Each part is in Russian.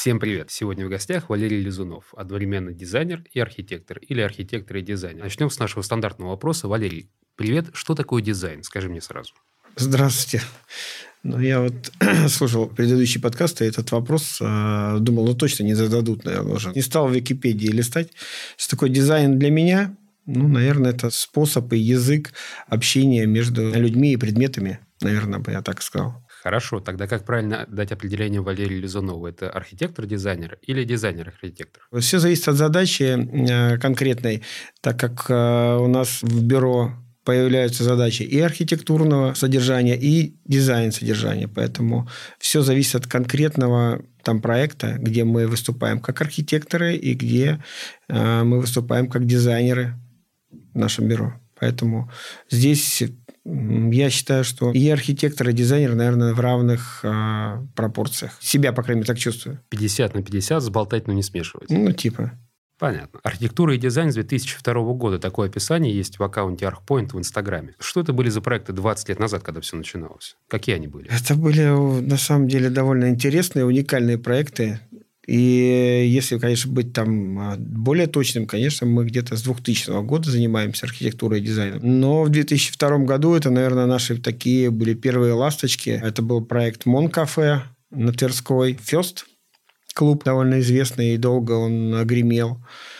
Всем привет! Сегодня в гостях Валерий Лизунов, одновременно дизайнер и архитектор, или архитектор и дизайнер. Начнем с нашего стандартного вопроса. Валерий, привет, что такое дизайн? Скажи мне сразу. Здравствуйте. Я слушал предыдущий подкаст, и этот вопрос думал, точно не зададут, наверное, уже. Не стал в Википедии листать. Что такое дизайн для меня? Наверное, это способ и язык общения между людьми и предметами. Наверное, бы я так сказал. Хорошо, тогда как правильно дать определение Валерию Лизунову? Это архитектор-дизайнер или дизайнер-архитектор? Все зависит от задачи конкретной, так как у нас в бюро появляются задачи и архитектурного содержания, и дизайн содержания. Поэтому все зависит от конкретного проекта, где мы выступаем как архитекторы и где мы выступаем как дизайнеры в нашем бюро. Поэтому здесь я считаю, что и архитектор, и дизайнер, наверное, в равных пропорциях. Себя, по крайней мере, так чувствую. 50/50, сболтать, но не смешивать. Типа. Понятно. Архитектура и дизайн с 2002 года. Такое описание есть в аккаунте ArchPoint в Инстаграме. Что это были за проекты 20 лет назад, когда все начиналось? Какие они были? Это были, на самом деле, довольно интересные, уникальные проекты. И если, конечно, быть более точным, конечно, мы где-то с 2000 года занимаемся архитектурой и дизайном. Но в 2002 году это, наверное, наши такие были первые ласточки. Это был проект Монкафе на Тверской. Фёст клуб довольно известный, и долго он гремел.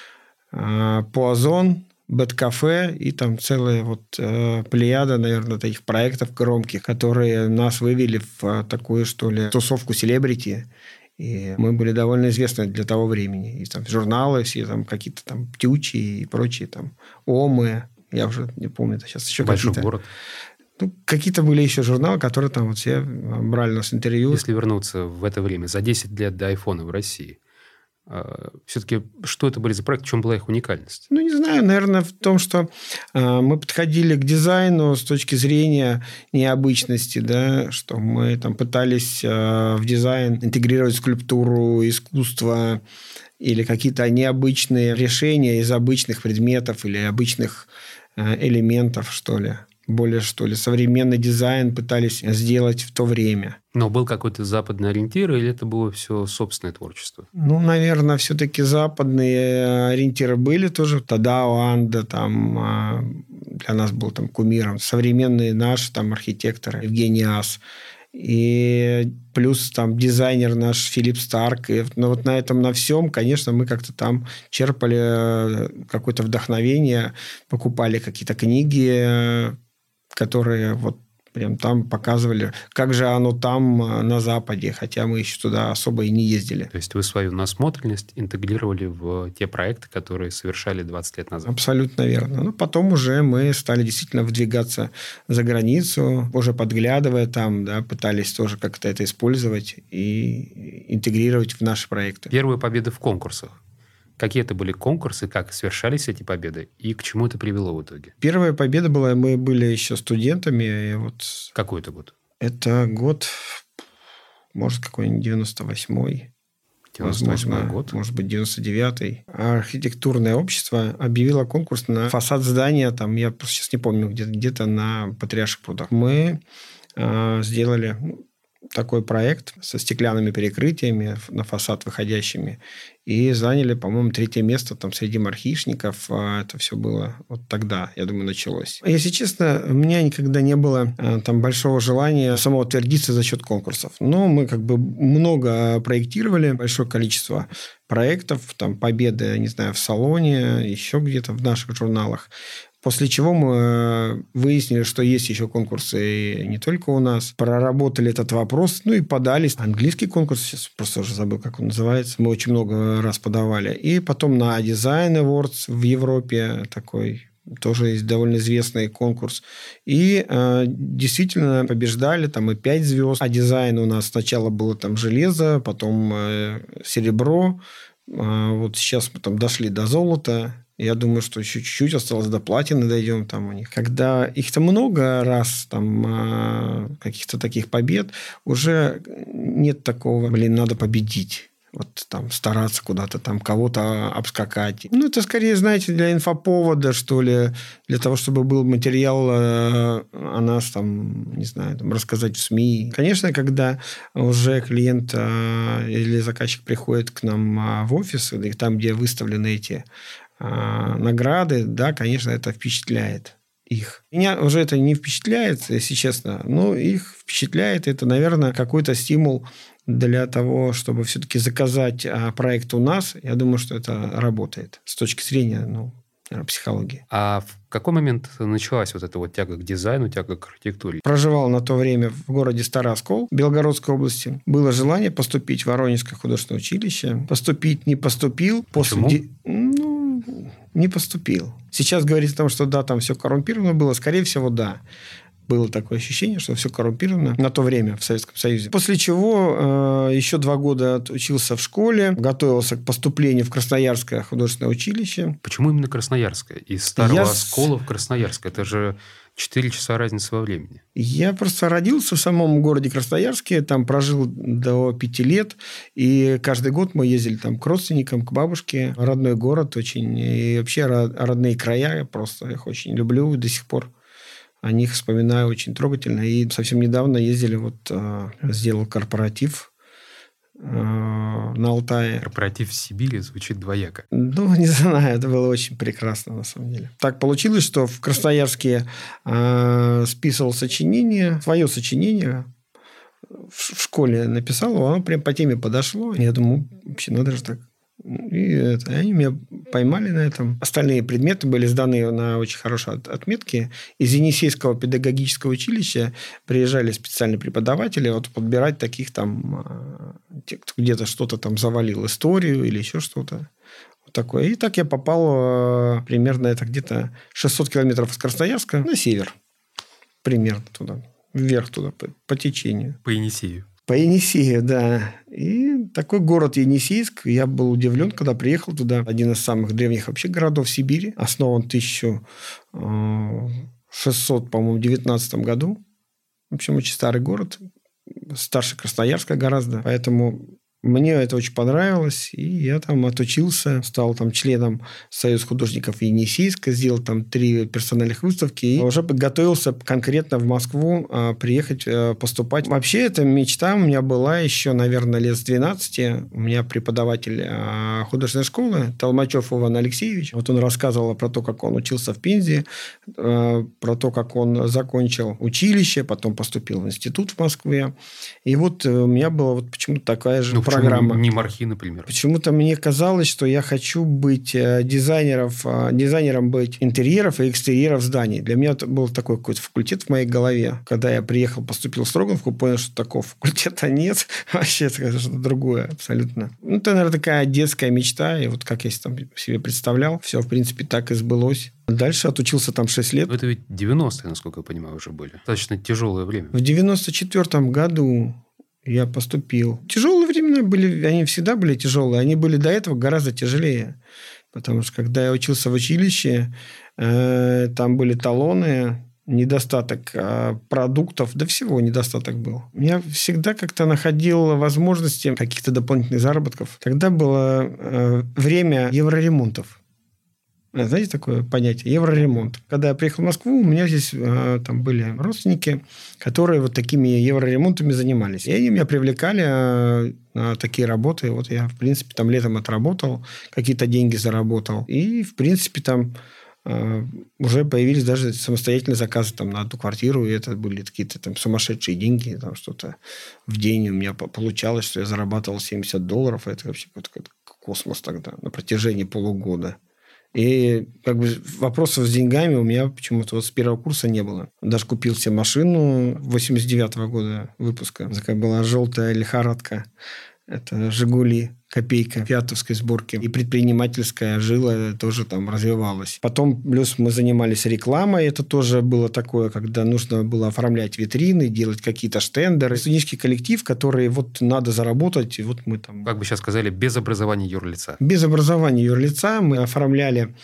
Пуазон, Бэт-кафе и целая плеяда, наверное, таких проектов громких, которые нас вывели в такую, что ли, тусовку селебрити. И мы были довольно известны для того времени. И журналы все, какие-то Птючи и прочие, Омы. Я уже не помню, это сейчас еще Большой какие-то. город. Какие-то были еще журналы, которые все брали у нас интервью. Если вернуться в это время, за 10 лет до айфона в России, все-таки что это были за проекты, в чем была их уникальность? Не знаю, наверное, в том, что мы подходили к дизайну с точки зрения необычности, да, что мы пытались в дизайн интегрировать скульптуру, искусство или какие-то необычные решения из обычных предметов или обычных элементов, что ли. Более, что ли, современный дизайн пытались сделать в то время. Но был какой-то западный ориентир, или это было все собственное творчество? Наверное, все-таки западные ориентиры были тоже. Тадао Андо для нас был кумиром. Современные наши архитекторы, Евгений Ас. И плюс дизайнер наш Филипп Старк. И на этом, на всем, конечно, мы как-то черпали какое-то вдохновение, покупали какие-то книги, которые прям там показывали, как же оно там на Западе, хотя мы еще туда особо и не ездили. То есть вы свою насмотренность интегрировали в те проекты, которые совершали 20 лет назад? Абсолютно верно. Потом уже мы стали действительно выдвигаться за границу, уже подглядывая пытались тоже как-то это использовать и интегрировать в наши проекты. Первые победы в конкурсах. Какие это были конкурсы, как совершались эти победы и к чему это привело в итоге? Первая победа была, мы были еще студентами. И Какой это год? Это год, может, какой-нибудь 98-й. 98-й год? Может быть, 99-й. Архитектурное общество объявило конкурс на фасад здания. Я просто сейчас не помню, где-то на Патриарших прудах. Мы сделали такой проект со стеклянными перекрытиями на фасад выходящими. И заняли, по-моему, 3-е место среди мархишников. Это все было тогда, я думаю, началось. Если честно, у меня никогда не было большого желания самоутвердиться за счет конкурсов. Но мы много проектировали, большое количество проектов, победы, не знаю, в салоне, еще где-то в наших журналах. После чего мы выяснили, что есть еще конкурсы не только у нас. Проработали этот вопрос, и подались. Английский конкурс, сейчас просто уже забыл, как он называется. Мы очень много раз подавали. И потом на Design Awards в Европе такой тоже есть довольно известный конкурс. И действительно побеждали, и 5 звезд. А дизайн у нас сначала было железо, потом серебро. Сейчас мы дошли до золота. Я думаю, что еще чуть-чуть осталось до платины дойдем у них. Когда их много раз, каких-то таких побед, уже нет такого, надо победить. вот там стараться куда-то там кого-то обскакать. Ну, это скорее, знаете, для инфоповода, что ли, для того, чтобы был материал о нас там, не знаю, там, рассказать в СМИ. Конечно, когда уже клиент или заказчик приходит к нам в офис, и там, где выставлены эти награды, да, конечно, это впечатляет их. Меня уже это не впечатляет, если честно, но их впечатляет. Это, наверное, какой-то стимул для того, чтобы все-таки заказать проект у нас. Я думаю, что это работает с точки зрения, наверное, психологии. А в какой момент началась вот эта вот тяга к дизайну, тяга к архитектуре? Проживал на то время в городе Старый Оскол Белгородской области. Было желание поступить в Воронежское художественное училище. Поступить не поступил. Почему? Не поступил. Сейчас говорить о том, что да, там все коррумпировано было, скорее всего, да. Было такое ощущение, что все коррумпировано на то время в Советском Союзе. После чего еще 2 года отучился в школе, готовился к поступлению в Красноярское художественное училище. Почему именно Красноярское? Из Старого Оскола в Красноярск. Это же 4 часа разницы во времени. Я просто родился в самом городе Красноярске, там прожил до 5 лет, и каждый год мы ездили там к родственникам, к бабушке. Родной город очень, и вообще родные края, я просто их очень люблю до сих пор. О них вспоминаю очень трогательно. И совсем недавно ездили, сделал корпоратив на Алтае. Корпоратив в Сибири звучит двояко. Не знаю, это было очень прекрасно, на самом деле. Так получилось, что в Красноярске списывал сочинение, свое сочинение, в школе написал, оно прям по теме подошло. Я думаю, вообще надо же так. И они меня поймали на этом. Остальные предметы были сданы на очень хорошие отметки. Из Енисейского педагогического училища приезжали специальные преподаватели подбирать таких там, те, кто где-то что-то там завалил, историю или еще что-то. Вот такое. И так я попал примерно это где-то 600 километров из Красноярска на север. Примерно туда. Вверх туда, по течению. По Енисею. По Енисею, да. И такой город Енисейск. Я был удивлен, когда приехал туда. Один из самых древних вообще городов Сибири. Основан в 1619 году. В общем, очень старый город. Старше Красноярска гораздо. Поэтому мне это очень понравилось. И я там отучился. Стал там членом Союза художников Енисейска. Сделал там 3 персональных выставки. И уже подготовился конкретно в Москву приехать, поступать. Вообще, эта мечта у меня была еще, наверное, лет с 12. У меня преподаватель художественной школы Толмачев Иван Алексеевич. Вот он рассказывал про то, как он учился в Пензе, про то, как он закончил училище, потом поступил в институт в Москве. И вот у меня была почему-то такая же программа. Не Мархи, например. Почему-то мне казалось, что я хочу быть дизайнером быть интерьеров и экстерьеров зданий. Для меня это был такой какой-то факультет в моей голове. Когда я приехал, поступил в Строгановку, понял, что такого факультета нет. Вообще это что-то другое абсолютно. Это, наверное, такая детская мечта. И вот как я там себе представлял, все, в принципе, так и сбылось. Дальше отучился там 6 лет. Это ведь 90-е, насколько я понимаю, уже были. Достаточно тяжелое время. В 94-м году я поступил. Тяжелые времена были, они всегда были тяжелые. Они были до этого гораздо тяжелее. Потому что, когда я учился в училище, там были талоны, недостаток продуктов, да всего недостаток был. Я всегда как-то находил возможности каких-то дополнительных заработков. Тогда было время евроремонтов. Знаете такое понятие? Евроремонт. Когда я приехал в Москву, у меня здесь там были родственники, которые вот такими евроремонтами занимались. И они меня привлекали на такие работы. Вот я, в принципе, там летом отработал, какие-то деньги заработал. И, в принципе, там уже появились даже самостоятельные заказы там, на одну квартиру. И это были какие-то там сумасшедшие деньги. Там что-то в день у меня получалось, что я зарабатывал $70. Это вообще какой-то космос тогда на протяжении полугода. И как бы вопросов с деньгами у меня почему-то с первого курса не было. Даже купил себе машину 89-го года выпуска. Такая была желтая лихорадка. Это «Жигули», копейка фиатовской сборки. И предпринимательская жила тоже там развивалась. Потом плюс мы занимались рекламой. Это тоже было такое, когда нужно было оформлять витрины, делать какие-то штендеры. Студенческий коллектив, который вот надо заработать. И вот мы там... Как бы сейчас сказали, без образования юрлица. Без образования юрлица мы оформляли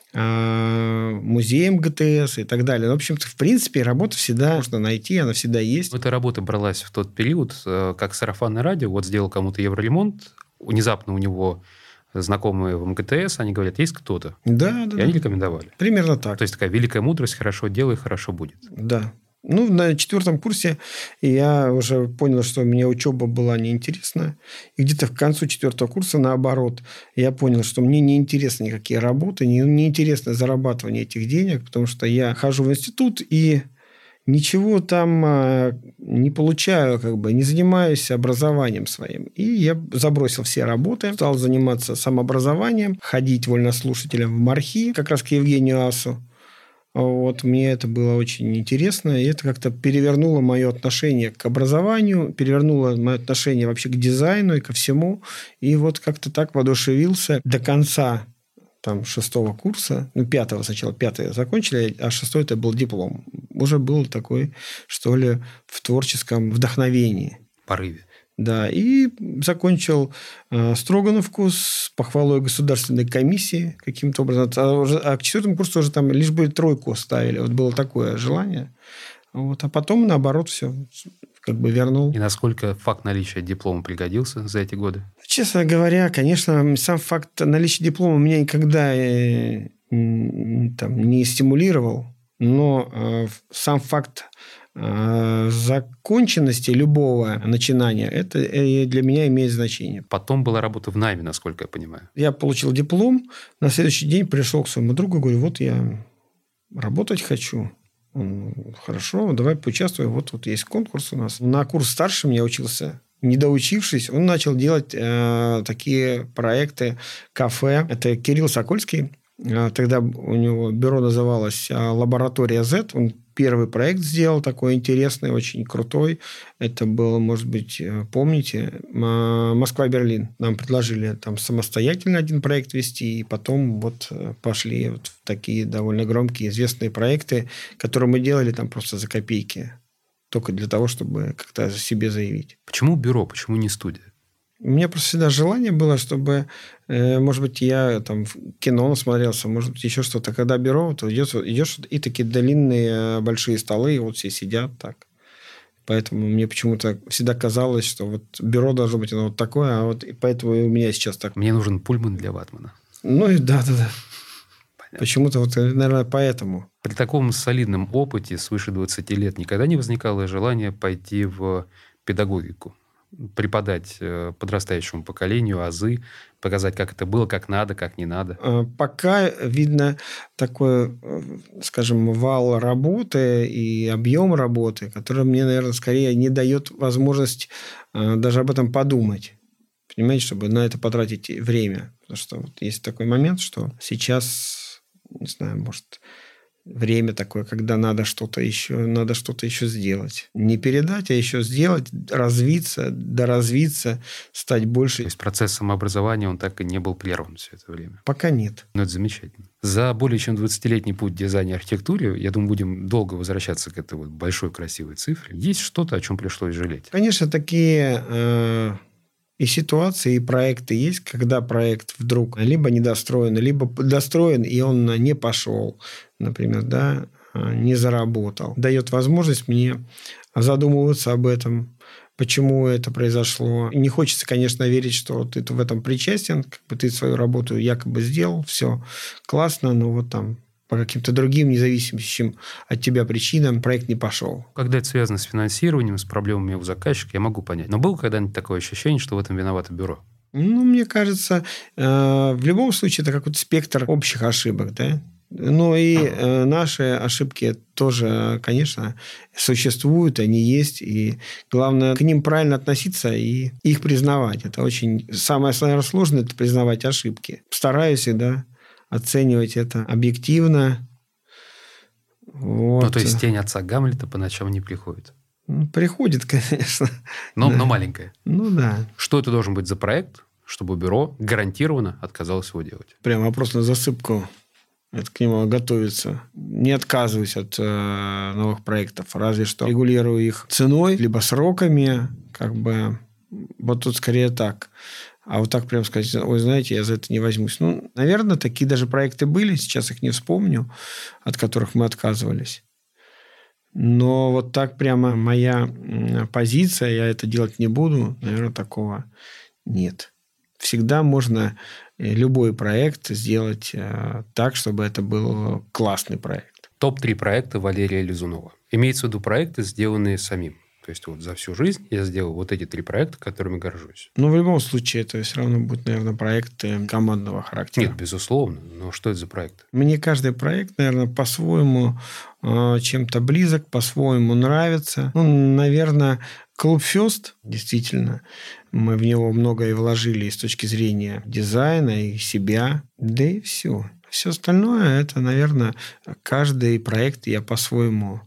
музеем ГТС и так далее. В общем-то, в принципе, работу всегда можно найти, она всегда есть. Эта работа бралась в тот период, как сарафанное радио. Вот сделал кому-то евроремонт, внезапно у него знакомые в МГТС, они говорят, есть кто-то. Да, И они рекомендовали. Примерно так. То есть такая великая мудрость, хорошо делай, хорошо будет. Да. Ну, на 4 курсе я уже понял, что мне учеба была неинтересна. И где-то к концу 4 курса, наоборот, я понял, что мне не интересны никакие работы, не интересно зарабатывание этих денег, потому что я хожу в институт и ничего там не получаю, не занимаюсь образованием своим. И я забросил все работы, стал заниматься самообразованием, ходить вольнослушателем в Мархи, как раз к Евгению Асу. Вот, мне это было очень интересно, и это как-то перевернуло мое отношение к образованию, перевернуло мое отношение вообще к дизайну и ко всему. И вот как-то так воодушевился до конца 6 курса, 5 сначала, 5 закончили, а 6 это был диплом. Уже был такой, что ли, в творческом вдохновении. Порыве. Да, и закончил Строгановку с похвалой государственной комиссии каким-то образом. А к 4 курсу уже там лишь бы 3 ставили. Вот было такое желание. Вот. А потом, наоборот, все вернул. И насколько факт наличия диплома пригодился за эти годы? Честно говоря, конечно, сам факт наличия диплома меня никогда не стимулировал. Но сам факт законченности любого начинания, это для меня имеет значение. Потом была работа в найме, насколько я понимаю. Я получил диплом, на следующий день пришел к своему другу, говорю, вот я работать хочу. Он, хорошо, давай поучаствуем. Вот есть конкурс у нас. На курс старшим я учился. Не доучившись, он начал делать такие проекты, кафе. Это Кирилл Сокольский. Тогда у него бюро называлось «Лаборатория Z». Он первый проект сделал, такой интересный, очень крутой. Это был, может быть, помните, Москва-Берлин. Нам предложили там самостоятельно один проект вести, и потом вот пошли вот в такие довольно громкие, известные проекты, которые мы делали там просто за копейки. Только для того, чтобы как-то о себе заявить. Почему бюро, почему не студия? У меня просто всегда желание было, чтобы, может быть, я там в кино насмотрелся, может быть, еще что-то. Когда бюро, то идешь и такие длинные большие столы, и вот все сидят так. Поэтому мне почему-то всегда казалось, что вот бюро должно быть оно вот такое, а вот и поэтому и у меня сейчас так. Мне нужен пульман для ватмана. Ну и да. Понятно. Почему-то вот, наверное, поэтому. При таком солидном опыте свыше 20 лет никогда не возникало желания пойти в педагогику? Преподать подрастающему поколению азы, показать, как это было, как надо, как не надо? Пока видно такой, скажем, вал работы и объем работы, который мне, наверное, скорее не дает возможность даже об этом подумать. Понимаете, чтобы на это потратить время. Потому что вот есть такой момент, что сейчас, не знаю, может... Время такое, когда надо что-то еще сделать. Не передать, а еще сделать, развиться, доразвиться, стать больше. То есть процесс самообразования, он так и не был прерван все это время? Пока нет. Ну, это замечательно. За более чем 20-летний путь дизайна и архитектуре, я думаю, будем долго возвращаться к этой вот большой красивой цифре. Есть что-то, о чем пришлось жалеть? Конечно, такие... И ситуации, и проекты есть, когда проект вдруг либо недостроен, либо достроен, и он не пошел, например, да, не заработал. Дает возможность мне задумываться об этом, почему это произошло. И не хочется, конечно, верить, что ты в этом причастен, ты свою работу якобы сделал, все классно, но вот там по каким-то другим независимым от тебя причинам проект не пошел. Когда это связано с финансированием, с проблемами у заказчика, я могу понять. Но было когда-нибудь такое ощущение, что в этом виновато бюро? Ну, мне кажется, в любом случае это какой-то спектр общих ошибок, да? Но и наши ошибки тоже, конечно, существуют, они есть. И главное к ним правильно относиться и их признавать. Это очень... Самое, наверное, сложное – это признавать ошибки. Стараюсь всегда оценивать это объективно. Вот. Ну, то есть тень отца Гамлета по ночам не приходит? Приходит, конечно. Но да. маленькая. Ну, да. Что это должен быть за проект, чтобы бюро гарантированно отказалось его делать? Прям вопрос на засыпку. Это к нему готовиться. Не отказываюсь от новых проектов. Разве что регулирую их ценой, либо сроками. Вот тут скорее так. А вот так прям сказать, ой, знаете, я за это не возьмусь. Ну, наверное, такие даже проекты были, сейчас их не вспомню, от которых мы отказывались. Но вот так прямо моя позиция, я это делать не буду, наверное, такого нет. всегда можно любой проект сделать так, чтобы это был классный проект. Топ-3 проекта Валерия Лизунова. Имеется в виду проекты, сделанные самим. То есть вот за всю жизнь я сделал вот эти 3 проекта, которыми горжусь. Но в любом случае это все равно будут, наверное, проекты командного характера. Нет, безусловно. Но что это за проект? Мне каждый проект, наверное, по-своему чем-то близок, по-своему нравится. Наверное, Клуб Фест, действительно, мы в него многое вложили и с точки зрения дизайна, и себя, да и все. Все остальное, это, наверное, каждый проект я по-своему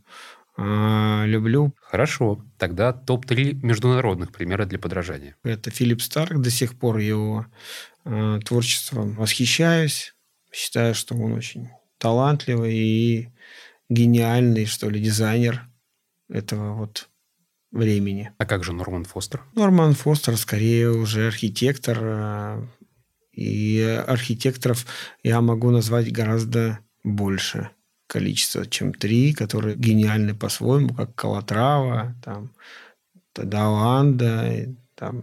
люблю. Хорошо. Тогда топ-3 международных примера для подражания. Это Филипп Старк. До сих пор его творчеством восхищаюсь. Считаю, что он очень талантливый и гениальный, что ли, дизайнер этого вот времени. А как же Норман Фостер? Норман Фостер скорее уже архитектор. И архитекторов я могу назвать гораздо больше количество, чем 3, которые гениальны по-своему, как Калатрава, там, Даланда, там,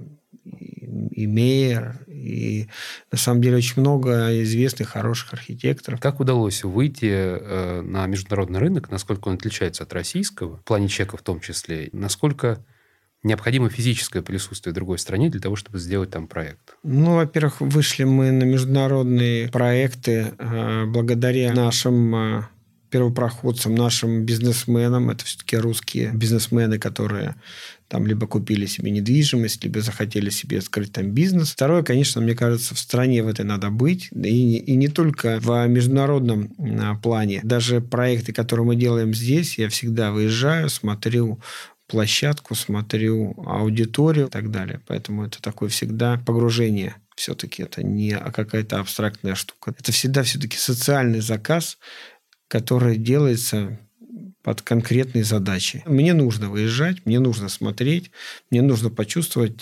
и Мейер, и на самом деле очень много известных, хороших архитекторов. Как удалось выйти на международный рынок, насколько он отличается от российского, в плане чека в том числе, насколько необходимо физическое присутствие в другой стране для того, чтобы сделать там проект? Во-первых, вышли мы на международные проекты благодаря нашим первопроходцам, нашим бизнесменам. Это все-таки русские бизнесмены, которые там либо купили себе недвижимость, либо захотели себе открыть там бизнес. Второе, конечно, мне кажется, в стране в этой надо быть. И не только в международном плане. Даже проекты, которые мы делаем здесь, я всегда выезжаю, смотрю площадку, смотрю аудиторию и так далее. Поэтому это такое всегда погружение. Все-таки это не какая-то абстрактная штука. Это всегда все-таки социальный заказ, который делается под конкретные задачи. Мне нужно выезжать, мне нужно смотреть, мне нужно почувствовать,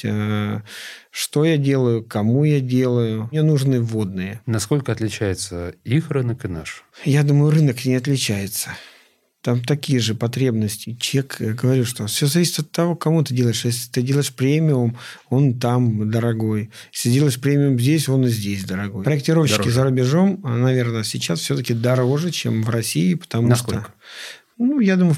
что я делаю, кому я делаю. Мне нужны вводные. Насколько отличается их рынок и наш? Я думаю, рынок не отличается. Там такие же потребности. Чек, говорю, что все зависит от того, кому ты делаешь. Если ты делаешь премиум, он там дорогой. Если делаешь премиум здесь, он и здесь дорогой. Проектировщики за рубежом, наверное, сейчас все-таки дороже, чем в России, потому Насколько? что, я думаю, в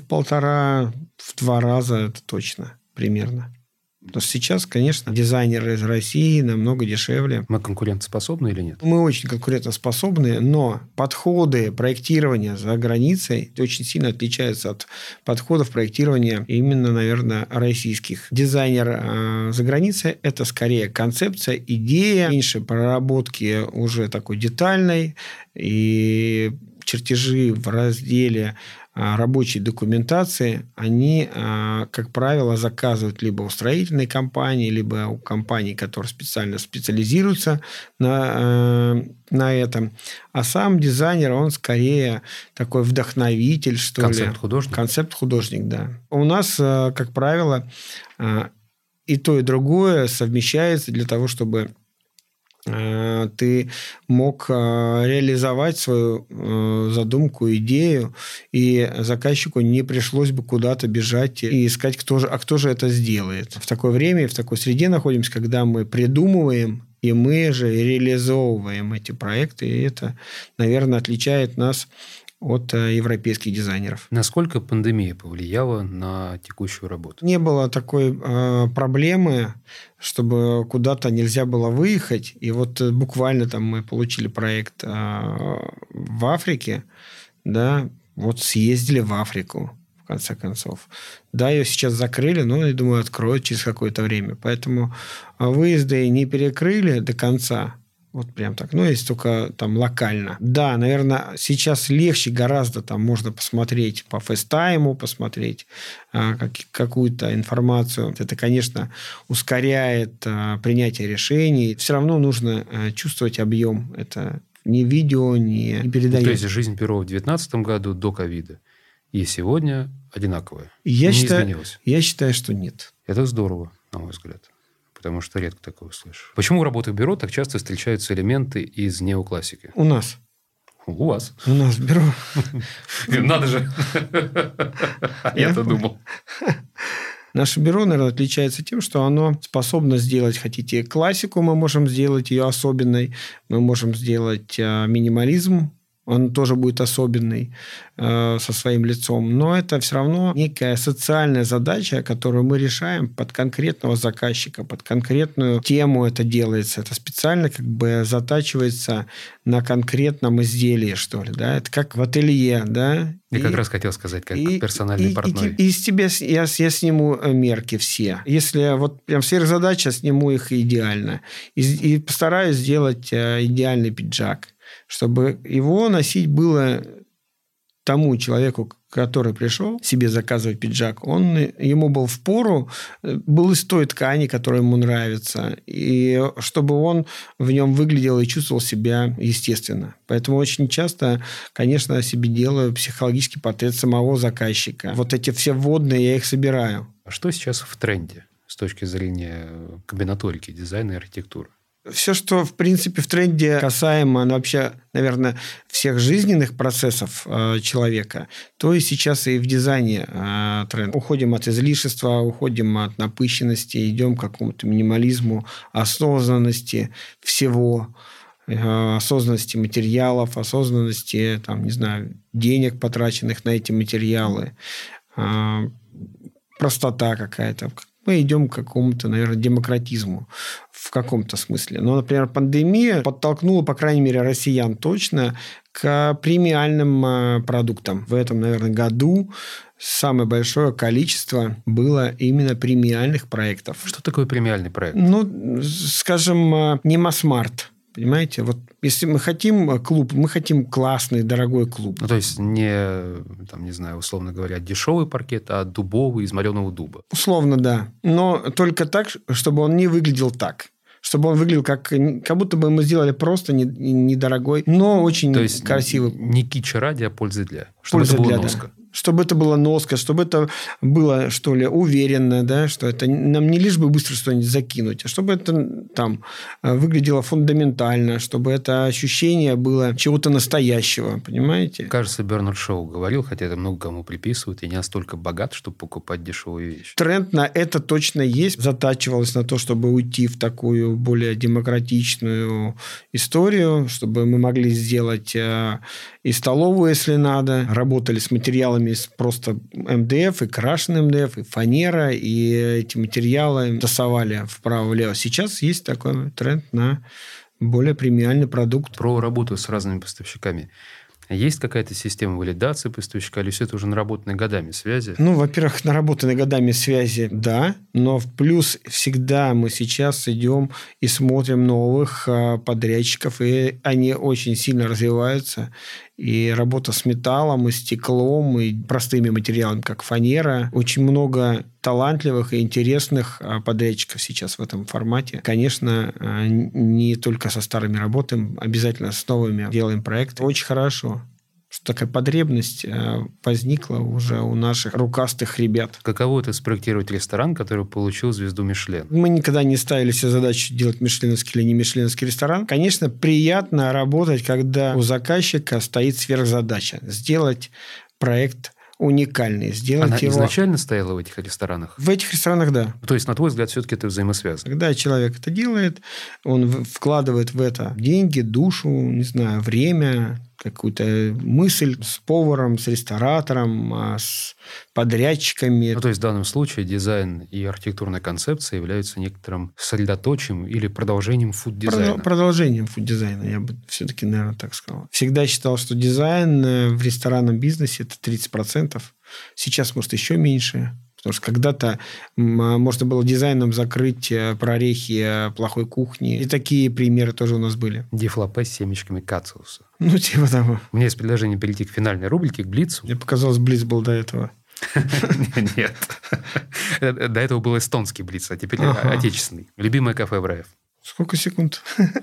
1,5-2 раза это точно примерно. Потому что сейчас, конечно, дизайнеры из России намного дешевле. Мы конкурентоспособны или нет? Мы очень конкурентоспособны, но подходы проектирования за границей очень сильно отличаются от подходов проектирования именно, наверное, российских. Дизайнер за границей – это скорее концепция, идея, меньше проработки уже такой детальной, и чертежи в разделе рабочей документации, они, как правило, заказывают либо у строительной компании, либо у компаний, которые специально специализируются на этом. А сам дизайнер, он скорее такой вдохновитель, что ли. Концепт-художник? Концепт-художник, да. У нас, как правило, и то, и другое совмещается для того, чтобы ты мог реализовать свою задумку, идею, и заказчику не пришлось бы куда-то бежать и искать, кто же это сделает. В такое время и в такой среде находимся, когда мы придумываем, и мы же реализовываем эти проекты, и это, наверное, отличает нас от европейских дизайнеров. Насколько пандемия повлияла на текущую работу? Не было такой проблемы, чтобы куда-то нельзя было выехать. И вот буквально там мы получили проект в Африке, да, вот съездили в Африку, в конце концов. Да, ее сейчас закрыли, но, я думаю, откроют через какое-то время. Поэтому выезды не перекрыли до конца. Вот прям так. Если только там локально. Да, наверное, сейчас легче гораздо. Там можно посмотреть по фейстайму, посмотреть какую-то информацию. Это, конечно, ускоряет принятие решений. Все равно нужно чувствовать объем. Это ни видео, ни передает. То есть жизнь Перова в 2019 году до ковида и сегодня одинаковая? Не изменилась? Я считаю, что нет. Это здорово, на мой взгляд. Потому что редко такое слышу. Почему в работах бюро так часто встречаются элементы из неоклассики? У нас. У вас? У нас в бюро. Надо же. Я-то думал. Наше бюро, наверное, отличается тем, что оно способно сделать, хотите, классику, мы можем сделать ее особенной, мы можем сделать минимализм, он тоже будет особенный со своим лицом. Но это все равно некая социальная задача, которую мы решаем под конкретного заказчика, под конкретную тему это делается. Это специально как бы затачивается на конкретном изделии, что ли. Да? Это как в ателье. Да? Я как раз хотел сказать, как персональный портной. И из тебя я сниму мерки все. Если вот прям сверхзадача, сниму их идеально. И постараюсь сделать идеальный пиджак, чтобы его носить было тому человеку, который пришел себе заказывать пиджак, ему был впору, был из той ткани, которая ему нравится, и чтобы он в нем выглядел и чувствовал себя естественно. Поэтому очень часто, конечно, себе делаю психологический портрет самого заказчика. Вот эти все вводные я их собираю. А что сейчас в тренде с точки зрения комбинаторики, дизайна и архитектуры? Все, что, в принципе, в тренде касаемо, вообще, наверное, всех жизненных процессов человека, то и сейчас и в дизайне тренд. Уходим от излишества, уходим от напыщенности, идем к какому-то минимализму, осознанности всего, осознанности материалов, осознанности, денег, потраченных на эти материалы, простота какая-то. Мы идем к какому-то, наверное, демократизму в каком-то смысле. Но, например, пандемия подтолкнула, по крайней мере, россиян точно к премиальным продуктам. В этом, наверное, году самое большое количество было именно премиальных проектов. Что такое премиальный проект? Скажем, не масс-март. Понимаете? Вот если мы хотим клуб, мы хотим классный, дорогой клуб. То есть не знаю, условно говоря, дешевый паркет, а дубовый из мореного дуба. Условно, да. Но только так, чтобы он не выглядел так. Чтобы он выглядел как будто бы мы сделали просто недорогой, но очень красивый. Не китча ради, а пользы для. Чтобы это было носка. Да. Чтобы это было носка, чтобы это было, что ли, уверенно, да, что это нам не лишь бы быстро что-нибудь закинуть, а чтобы это там выглядело фундаментально, чтобы это ощущение было чего-то настоящего, понимаете? Кажется, Бернард Шоу говорил, хотя это много кому приписывают, я не настолько богат, чтобы покупать дешевые вещи. Тренд на это точно есть. Затачивалось на то, чтобы уйти в такую более демократичную историю, чтобы мы могли сделать и столовую, если надо, работали с материалами просто МДФ, и крашеный МДФ, и фанера, и эти материалы тасовали вправо-влево. Сейчас есть такой тренд на более премиальный продукт. Про работу с разными поставщиками. Есть какая-то система валидации поставщика, или все это уже наработанные годами связи? Во-первых, наработанные годами связи, да, но в плюс всегда мы сейчас идем и смотрим новых подрядчиков, и они очень сильно развиваются. И работа с металлом, и стеклом, и простыми материалами, как фанера. Очень много талантливых и интересных подрядчиков сейчас в этом формате. Конечно, не только со старыми работаем, обязательно с новыми делаем проекты. Очень хорошо, что такая потребность возникла уже у наших рукастых ребят. Каково это спроектировать ресторан, который получил звезду Мишлен? Мы никогда не ставили себе задачу делать мишленовский или не мишленовский ресторан. Конечно, приятно работать, когда у заказчика стоит сверхзадача. Сделать проект уникальный. Она изначально стояла в этих ресторанах? В этих ресторанах, да. То есть, на твой взгляд, все-таки это взаимосвязано? Когда человек это делает, он вкладывает в это деньги, душу, не знаю, время, какую-то мысль с поваром, с ресторатором, с подрядчиками. То есть, в данном случае дизайн и архитектурная концепция являются некоторым средоточием или продолжением фуд-дизайна? Продолжением фуд-дизайна, я бы все-таки, наверное, так сказал. Всегда считал, что дизайн в ресторанном бизнесе – это 30%. Сейчас, может, еще меньше. Потому что когда-то можно было дизайном закрыть прорехи плохой кухни. И такие примеры тоже у нас были. Дифлопе с семечками кациуса. Типа того. У меня есть предложение перейти к финальной рубрике, к Блицу. Мне показалось, Блиц был до этого. Нет. До этого был эстонский Блиц, а теперь отечественный. Любимое кафе в РФ. Сколько секунд?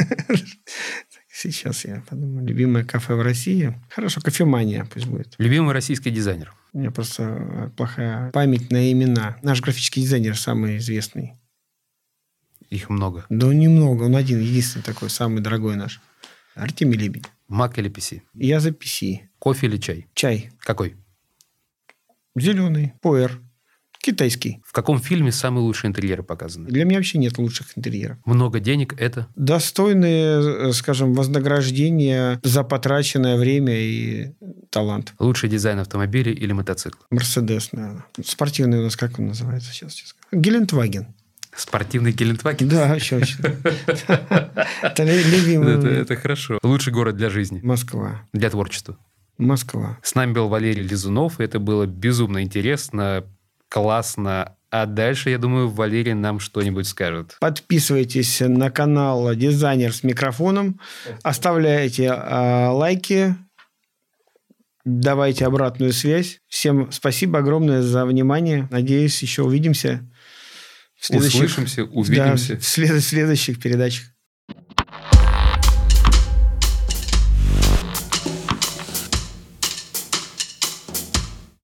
Сейчас я подумаю. Любимое кафе в России? Хорошо, кофемания пусть будет. Любимый российский дизайнер? У меня просто плохая память на имена. Наш графический дизайнер самый известный. Их много? Да немного. Он один, единственный такой, самый дорогой наш. Артемий Лебедь. Мак или PC? Я за PC. Кофе или чай? Чай. Какой? Зеленый. Пуэр. Китайский. В каком фильме самые лучшие интерьеры показаны? Для меня вообще нет лучших интерьеров. Много денег – это? Достойные, скажем, вознаграждения за потраченное время и талант. Лучший дизайн автомобиля или мотоцикла? Мерседес, наверное. Спортивный у нас, как он называется сейчас? Гелендваген. Спортивный Гелендваген? Да, еще. Это любимый. Это хорошо. Лучший город для жизни? Москва. Для творчества? Москва. С нами был Валерий Лизунов. Это было безумно интересно, классно. А дальше, я думаю, Валерий нам что-нибудь скажет. Подписывайтесь на канал «Дизайнер с микрофоном». Оставляйте лайки. Давайте обратную связь. Всем спасибо огромное за внимание. Надеюсь, еще увидимся. Услышимся, увидимся. Да, в следующих передачах.